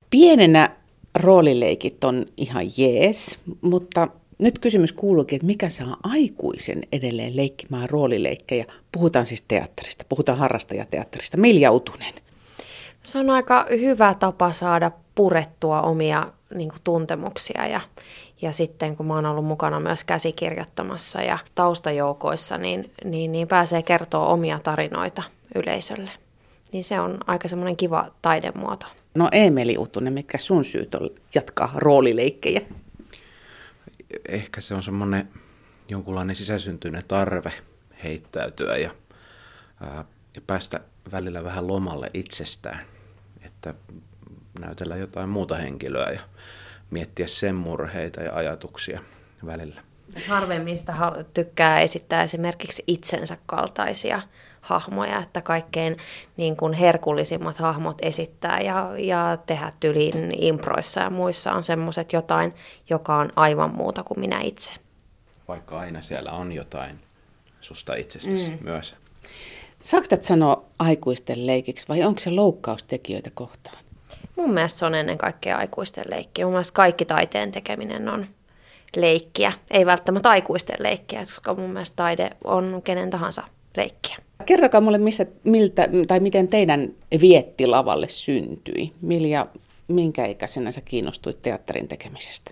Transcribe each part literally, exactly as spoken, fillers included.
Pienenä roolileikit on ihan jees, mutta nyt kysymys kuuluukin, että mikä saa aikuisen edelleen leikkimään roolileikkejä? Puhutaan siis teatterista, puhutaan harrastajateatterista. Milja Utunen. Se on aika hyvä tapa saada purettua omia niin kuin, tuntemuksia ja, ja sitten kun mä oon ollut mukana myös käsikirjoittamassa ja taustajoukoissa, niin, niin, niin pääsee kertoa omia tarinoita yleisölle. Niin se on aika semmoinen kiva taidemuoto. No Eemeli Utunen, mitkä sun syyt on jatkaa roolileikkejä? Ehkä se on semmoinen jonkunlainen sisäsyntyinen tarve heittäytyä ja, ää, ja päästä välillä vähän lomalle itsestään, että näytellä jotain muuta henkilöä ja miettiä sen murheita ja ajatuksia välillä. Harvemmin sitä tykkää esittää esimerkiksi itsensä kaltaisia hahmoja, että kaikkein niin kuin herkullisimmat hahmot esittää ja, ja tehdä tyliin improissa ja muissa on semmoiset jotain, joka on aivan muuta kuin minä itse. Vaikka aina siellä on jotain susta itsestäsi mm. myös. Saako tätä sanoa aikuisten leikiksi vai onko se loukkaustekijöitä kohtaan? Mun mielestä se on ennen kaikkea aikuisten leikkiä. Mun mielestä kaikki taiteen tekeminen on leikkiä. Ei välttämättä aikuisten leikkiä, koska mun mielestä taide on kenen tahansa leikkiä. Kertokaa mulle, missä, miltä, tai miten teidän vietti lavalle syntyi. Milja, minkä ikäisenä sä kiinnostuit teatterin tekemisestä?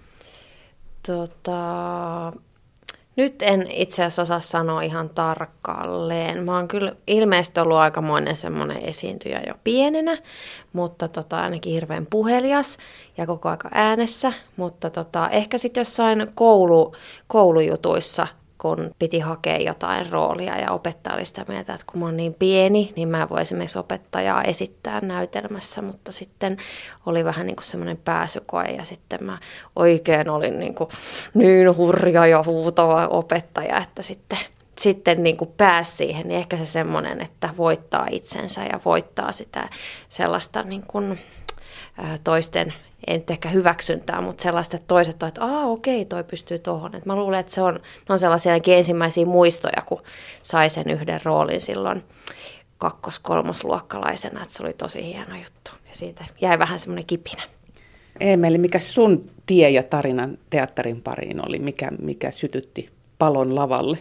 Tota, nyt en itse asiassa osaa sanoa ihan tarkalleen. Mä oon kyllä ilmeisesti ollut aikamoinen semmoinen esiintyjä jo pienenä, mutta tota, ainakin hirveän puhelias ja koko aika äänessä. Mutta tota, ehkä sitten jossain koulu, koulujutuissa, kun piti hakea jotain roolia ja opettaja oli sitä mieltä, että kun mä oon niin pieni, niin mä en voi esimerkiksi opettajaa esittää näytelmässä, mutta sitten oli vähän niin kuin semmoinen pääsykoe ja sitten mä oikein olin niin, kuin niin hurja ja huutava opettaja, että sitten, sitten niin kuin pääsi siihen, niin ehkä se semmoinen, että voittaa itsensä ja voittaa sitä sellaista niin kuin toisten, ei nyt ehkä hyväksyntää, mutta sellaista, että toiset on, että aa okei, toi pystyy tuohon. Mä luulen, että se on, ne on sellaisia ensimmäisiä muistoja, kun sai sen yhden roolin silloin kakkos-kolmosluokkalaisena, että se oli tosi hieno juttu. Ja siitä jäi vähän semmoinen kipinä. Eemeli, mikä sun tie ja tarinan teatterin pariin oli? Mikä, mikä sytytti palon lavalle?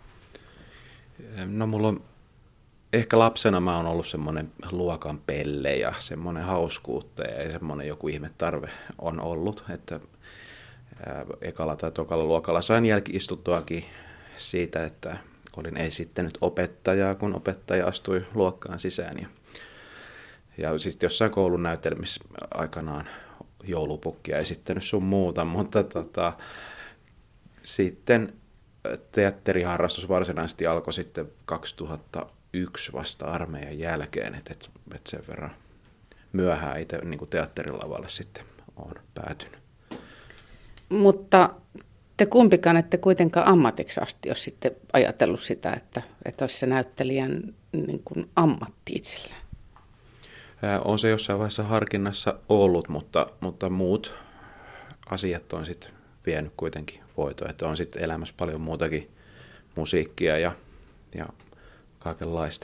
No mulla on ehkä lapsena mä oon ollut semmoinen luokan pelle ja semmoinen hauskuuttaja ja semmoinen joku ihme tarve on ollut, että ää, ekalla tai tokalla luokalla sain jälki-istuttuakin siitä, että olin esittänyt opettajaa, kun opettaja astui luokkaan sisään. Ja, ja sitten jossain koulun näytelmissä aikanaan joulupukkia esittänyt sun muuta, mutta tota, sitten teatteriharrastus varsinaisesti alkoi sitten kaksituhattayksi vasta armeijan jälkeen, että et, et sen verran myöhään itse niin teatterilavalle sitten olen päätynyt. Mutta te kumpikaan ette kuitenkaan ammatiksi asti ole sitten ajatellut sitä, että, että olisi se näyttelijän niin kuin ammatti itsellään. On se jossain vaiheessa harkinnassa ollut, mutta, mutta muut asiat on sitten vienyt kuitenkin voitoa, että on sitten elämässä paljon muutakin musiikkia ja, ja kaikenlaista.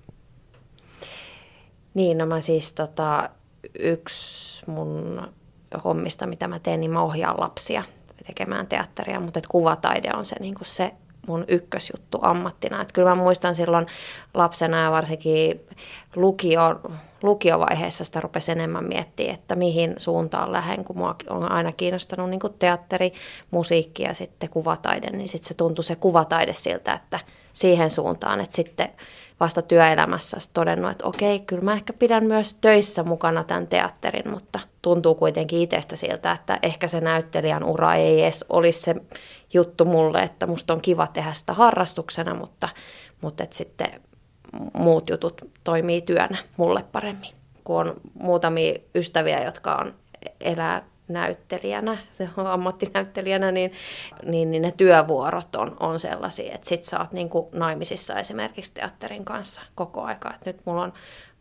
Niin, no mä siis tota, yksi mun hommista, mitä mä teen, niin mä ohjaan lapsia tekemään teatteria, mutta et kuvataide on se, niin kuin se mun ykkösjuttu ammattina. Et kyllä mä muistan silloin lapsena ja varsinkin lukio, lukiovaiheessa sitä rupesi enemmän miettimään, että mihin suuntaan lähden, kun mua on aina kiinnostanut niin kuin teatteri, musiikki ja sitten kuvataide, niin sitten se tuntui se kuvataide siltä, että siihen suuntaan, että sitten vasta työelämässä todennut, että okei, kyllä mä ehkä pidän myös töissä mukana tämän teatterin, mutta tuntuu kuitenkin itsestä siltä, että ehkä se näyttelijän ura ei edes olisi se juttu mulle, että musta on kiva tehdä sitä harrastuksena, mutta, mutta et sitten muut jutut toimii työnä mulle paremmin, kun on muutamia ystäviä, jotka on elää näyttelijänä, ammattinäyttelijänä, niin, niin, niin ne työvuorot on, on sellaisia, että sit sä oot niin kuin naimisissa esimerkiksi teatterin kanssa koko aika. Et nyt mulla on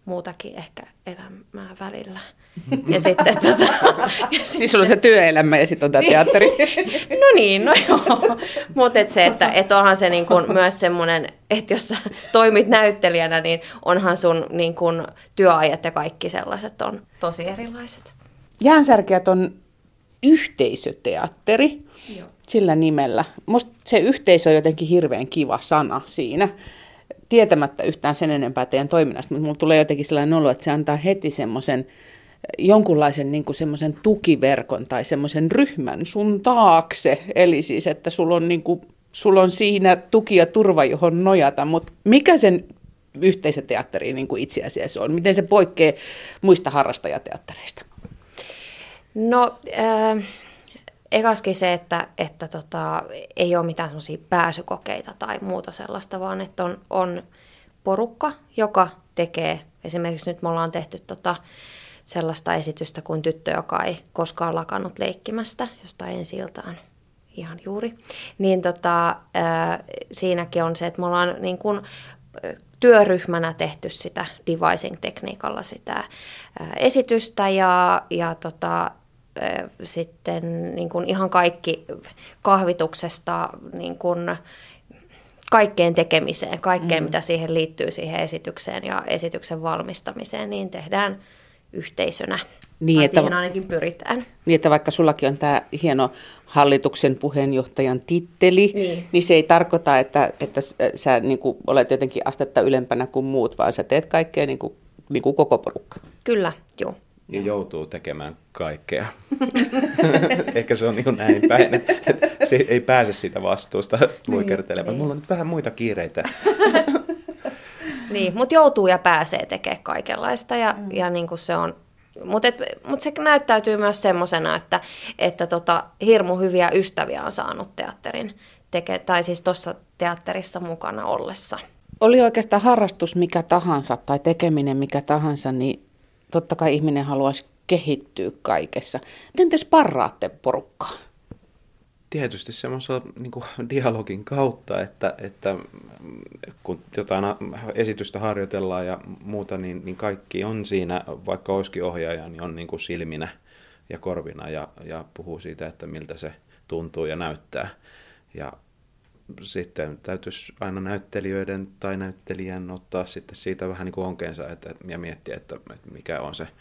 muutakin ehkä elämää välillä. Ja sitten tota... Ja sitten... Niin sulla on se työelämä ja sitten on tämä teatteri. No niin, no joo. Mutta et se, että et onhan se niin kun myös semmoinen, että jos sä toimit näyttelijänä, niin onhan sun niin kun työajat ja kaikki sellaiset on tosi erilaiset. Jäänsärkijät on yhteisöteatteri. Joo. Sillä nimellä. Musta se yhteisö on jotenkin hirveän kiva sana siinä. Tietämättä yhtään sen enempää teidän toiminnasta, mutta mulla tulee jotenkin sellainen olo, että se antaa heti semmoisen jonkunlaisen niin kuin semmoisen tukiverkon tai semmoisen ryhmän sun taakse. Eli siis, että sulla on, niin kuin, sulla on siinä tuki ja turva, johon nojata. Mutta mikä sen yhteisöteatteri niin kuin itse asiassa on? Miten se poikkeaa muista harrastajateattereista? No... Äh... Ekaskin se, että, että tota, ei ole mitään semmoisia pääsykokeita tai muuta sellaista, vaan että on, on porukka, joka tekee, esimerkiksi nyt me ollaan tehty tota, sellaista esitystä kuin Tyttö, joka ei koskaan lakannut leikkimästä, josta ensi iltaan ihan juuri, niin tota, ää, siinäkin on se, että me ollaan niin kun, työryhmänä tehty sitä devising-tekniikalla sitä ää, esitystä ja, ja tota, sitten niin kuin ihan kaikki kahvituksesta niin kuin kaikkeen tekemiseen, kaikkeen mm. mitä siihen liittyy siihen esitykseen ja esityksen valmistamiseen, niin tehdään yhteisönä. Niin, että, siihen ainakin pyritään. Niin, että vaikka sullakin on tämä hieno hallituksen puheenjohtajan titteli, niin, niin se ei tarkoita, että, että sä niin kuin olet jotenkin astetta ylempänä kuin muut, vaan sä teet kaikkea niin kuin, niin kuin koko porukka. Kyllä, joo. Ja joutuu tekemään kaikkea. Ehkä se on niin näin päin, että se ei pääse siitä vastuusta luikertelemaan. Mulla on nyt vähän muita kiireitä. Niin, mutta joutuu ja pääsee tekemään kaikenlaista. Ja, mm. ja niin kuin se on, mutta mut se näyttäytyy myös semmoisena, että, että tota, hirmu hyviä ystäviä on saanut teatterin teke, tai siis tuossa teatterissa mukana ollessa. Oli oikeastaan harrastus mikä tahansa tai tekeminen mikä tahansa, niin totta kai ihminen haluaisi kehittyä kaikessa. Miten te sparraatte porukkaa? Tietysti semmoisella niin kuin dialogin kautta, että, että kun jotain esitystä harjoitellaan ja muuta, niin, niin kaikki on siinä, vaikka olisikin ohjaaja, niin on niin kuin silminä ja korvina ja, ja puhuu siitä, että miltä se tuntuu ja näyttää. Ja sitten täytyisi aina näyttelijöiden tai näyttelijän ottaa sitten siitä vähän niin kuin onkeensa että, ja miettiä, että, että mikä on se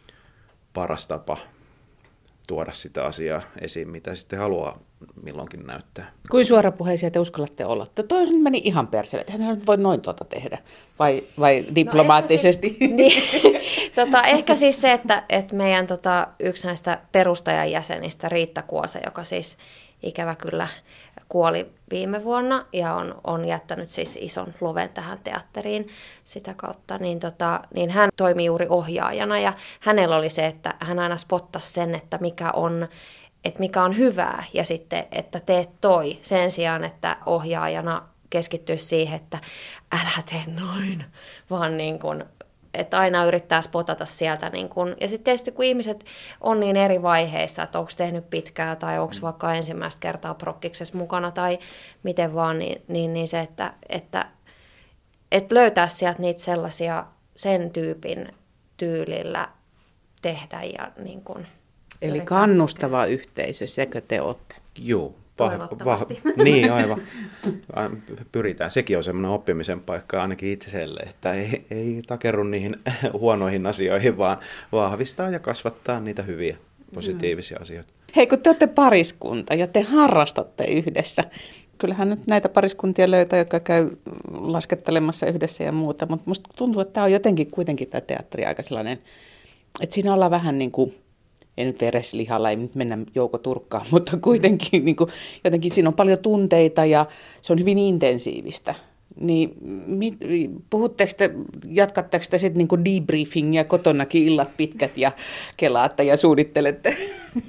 paras tapa tuoda sitä asiaa esiin, mitä sitten haluaa milloinkin näyttää. Kuin suorapuheisia te uskallatte olla? Toi meni ihan perseelle. Eihän nyt voi noin tuota tehdä, vai, vai diplomaattisesti? No ehkä, siis, niin, tota, ehkä siis se, että, että meidän tota, yksi näistä perustajajäsenistä, Riitta Kuose, joka siis ikävä kyllä kuoli viime vuonna ja on, on jättänyt siis ison loven tähän teatteriin sitä kautta, niin, tota, niin hän toimi juuri ohjaajana ja hänellä oli se, että hän aina spottasi sen, että mikä on, että mikä on hyvää ja sitten, että teet toi sen sijaan, että ohjaajana keskittyisi siihen, että älä tee noin, vaan niin kuin että aina yrittää spotata sieltä. Niin kun, ja sitten tietysti kun ihmiset on niin eri vaiheissa, että onko tehnyt pitkää tai onko vaikka ensimmäistä kertaa prokkiksessa mukana tai miten vaan, niin, niin, niin se, että, että, että löytää sieltä niitä sellaisia sen tyypin tyylillä tehdä. Ja niin kun eli kannustava tekee. Yhteisö, sekö te olette? Joo. Toivottavasti. Vah, niin, aivan. Pyritään. Sekin on semmoinen oppimisen paikka ainakin itselle, että ei, ei takerru niihin huonoihin asioihin, vaan vahvistaa ja kasvattaa niitä hyviä, positiivisia mm. asioita. Hei, kun te olette pariskunta ja te harrastatte yhdessä. Kyllähän nyt näitä pariskuntia löytää, jotka käy laskettelemassa yhdessä ja muuta, mutta musta tuntuu, että tämä on jotenkin kuitenkin tämä teatteri aika sellainen, että siinä ollaan vähän niin kuin ei nyt vereslihalla, ei nyt mennä Jouko Turkkaan, mutta kuitenkin niin kuin, jotenkin siinä on paljon tunteita ja se on hyvin intensiivistä. Niin mit, puhutteko te, jatkatteko te sitten niin kuin debriefingia kotonakin illat pitkät ja kelaatte ja suunnittelette?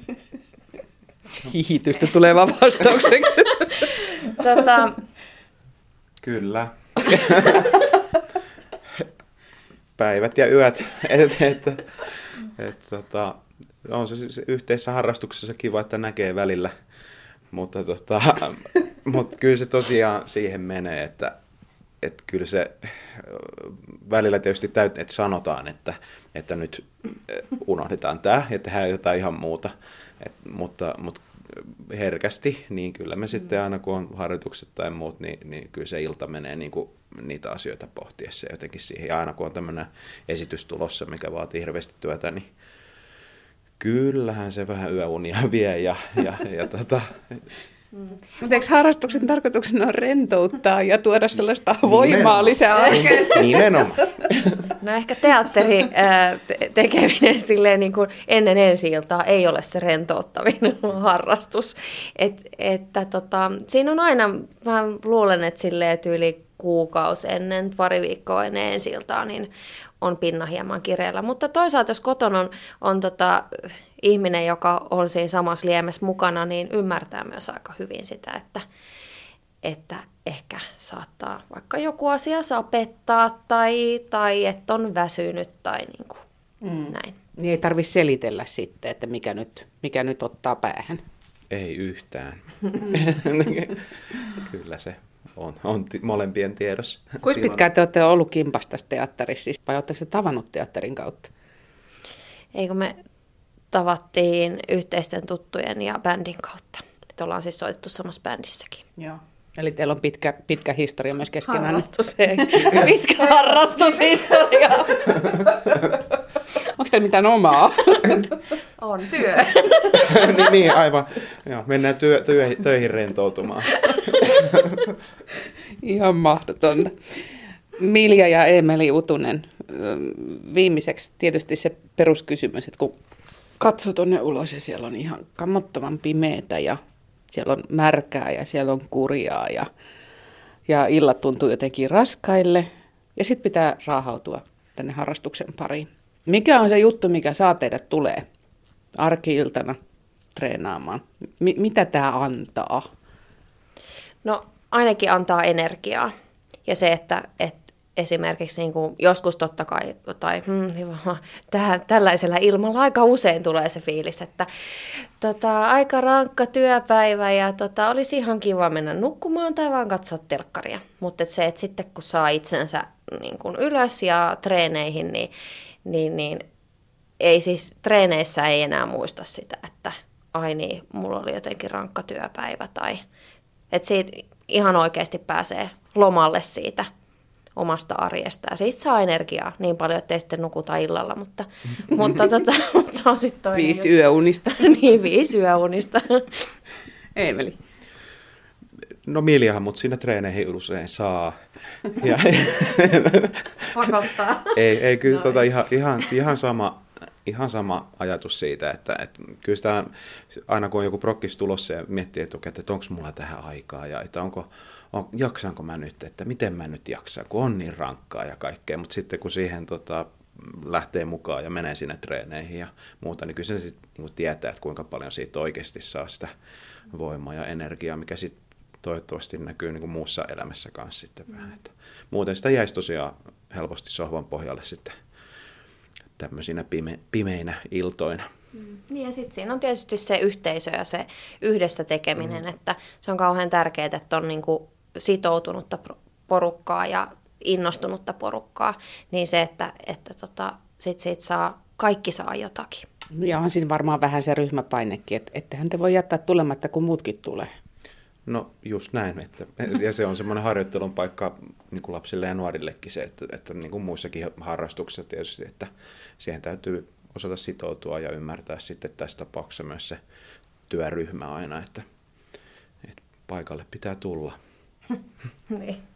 Hihitystä tuleva vastaukseksi. tota... Kyllä. Päivät ja yöt. et, et, et, tota... On se, se yhteisessä harrastuksessa kiva, että näkee välillä, mutta, tota, mutta kyllä se tosiaan siihen menee, että että kyllä se välillä tietysti täytyy, että sanotaan, että, että nyt unohdetaan tämä ja tehdään jotain ihan muuta, et, mutta, mutta herkästi, niin kyllä me sitten aina kun on harjoitukset tai muut, niin, niin kyllä se ilta menee niin kuin niitä asioita pohtiessa jotenkin siihen. Ja aina kun on tämmöinen esitys tulossa, mikä vaatii hirveästi työtä, niin kyllähän se vähän yöunia vie ja, ja, ja tota... Mm. Mutta eikö harrastuksen tarkoituksena on rentouttaa ja tuoda sellaista voimaa lisää arkeen? Nimenomaan. No ehkä teatteri ää, te- tekeminen silleen niin kuin ennen ensi-iltaa ei ole se rentouttavin harrastus. Et, että tota, siinä on aina, mä luulen, että silleen tyyli kuukausi ennen, pari viikkoa ennen ensi-iltaa, niin on pinna hieman kireellä. Mutta toisaalta, jos kotona on, on tota, ihminen, joka on siinä samassa liemessä mukana, niin ymmärtää myös aika hyvin sitä, että, että ehkä saattaa vaikka joku asia sapettaa tai, tai että on väsynyt tai niin kuin mm. näin. Niin ei tarvitse selitellä sitten, että mikä nyt, mikä nyt ottaa päähän. Ei yhtään. Kyllä se on, on t- molempien tiedossa. Kuinka pitkään te olette ollut kimpassa tässä teatterissa, vai oletteko te tavannut teatterin kautta? Eikö me tavattiin yhteisten tuttujen ja bändin kautta. Että ollaan siis soitettu samassa bändissäkin. Joo. Eli teillä on pitkä, pitkä historia myös keskenään. Harrastus, ei. Pitkä harrastushistoria. Onko teillä mitään omaa? On työ. niin, niin, aivan. Joo, mennään työ, työ, töihin rentoutumaan. Ihan mahdotonta. Milja ja Eemeli Utunen. Viimeiseksi tietysti se peruskysymys, että kun katsoo tuonne ulos ja siellä on ihan kammottavan pimeätä ja siellä on märkää ja siellä on kurjaa ja, ja illat tuntuu jotenkin raskaille ja sitten pitää raahautua tänne harrastuksen pariin. Mikä on se juttu, mikä saa teidät tulee arki-iltana treenaamaan? M- mitä tämä antaa? No ainakin antaa energiaa ja se, että, että esimerkiksi niin kuin joskus totta kai, tai hmm, tähän, tällaisella ilmalla aika usein tulee se fiilis, että tota, aika rankka työpäivä ja tota, olisi ihan kiva mennä nukkumaan tai vaan katsoa telkkaria. Mutta et se, että sitten kun saa itsensä niin kuin ylös ja treeneihin, niin, niin, niin ei siis treeneissä ei enää muista sitä, että ai niin, mulla oli jotenkin rankka työpäivä. Tai, että siitä ihan oikeasti pääsee lomalle siitä omasta arjesta. Ja siitä saa energiaa niin paljon, ettei sitten nukuta illalla, mutta, mutta, tota, mutta se on sitten toinen. Viisi yöunista. niin, viisi yöunista. Eemeli. No Miljahan, mutta siinä treeneihin usein saa. Ja, Pakottaa. ei, ei kyllä tota ihan, ihan, ihan, sama, ihan sama ajatus siitä, että, että kyllä sitä aina kun on joku prokkis tulossa ja miettii etukäteen, että onko mulla tähän aikaa ja että onko, on, jaksanko mä nyt, että miten mä nyt jaksan, kun on niin rankkaa ja kaikkea, mutta sitten kun siihen tota, lähtee mukaan ja menee sinne treeneihin ja muuta, niin kyllä se sitten niin tietää, että kuinka paljon siitä oikeasti saa sitä voimaa ja energiaa, mikä sitten toivottavasti näkyy niin kuin muussa elämässä kanssa sitten vähän. Että muuten sitä jäisi tosiaan helposti sohvan pohjalle sitten tämmöisinä pime, pimeinä iltoina. Mm. Niin ja sitten siinä on tietysti se yhteisö ja se yhdessä tekeminen, mm. että se on kauhean tärkeää, että on niin kuin sitoutunutta porukkaa ja innostunutta porukkaa, niin se, että, että tota, sit siitä saa, kaikki saa jotakin. Ja on siinä varmaan vähän se ryhmäpainekin, että ettehän te voi jättää tulematta, kun muutkin tulee. No just näin, että, ja se on semmoinen harjoittelun paikka niin kuin lapsille ja nuorillekin se, että, että niin kuin muissakin harrastuksissa tietysti, että siihen täytyy osata sitoutua ja ymmärtää sitten tässä tapauksessa myös se työryhmä aina, että, että paikalle pitää tulla. niin.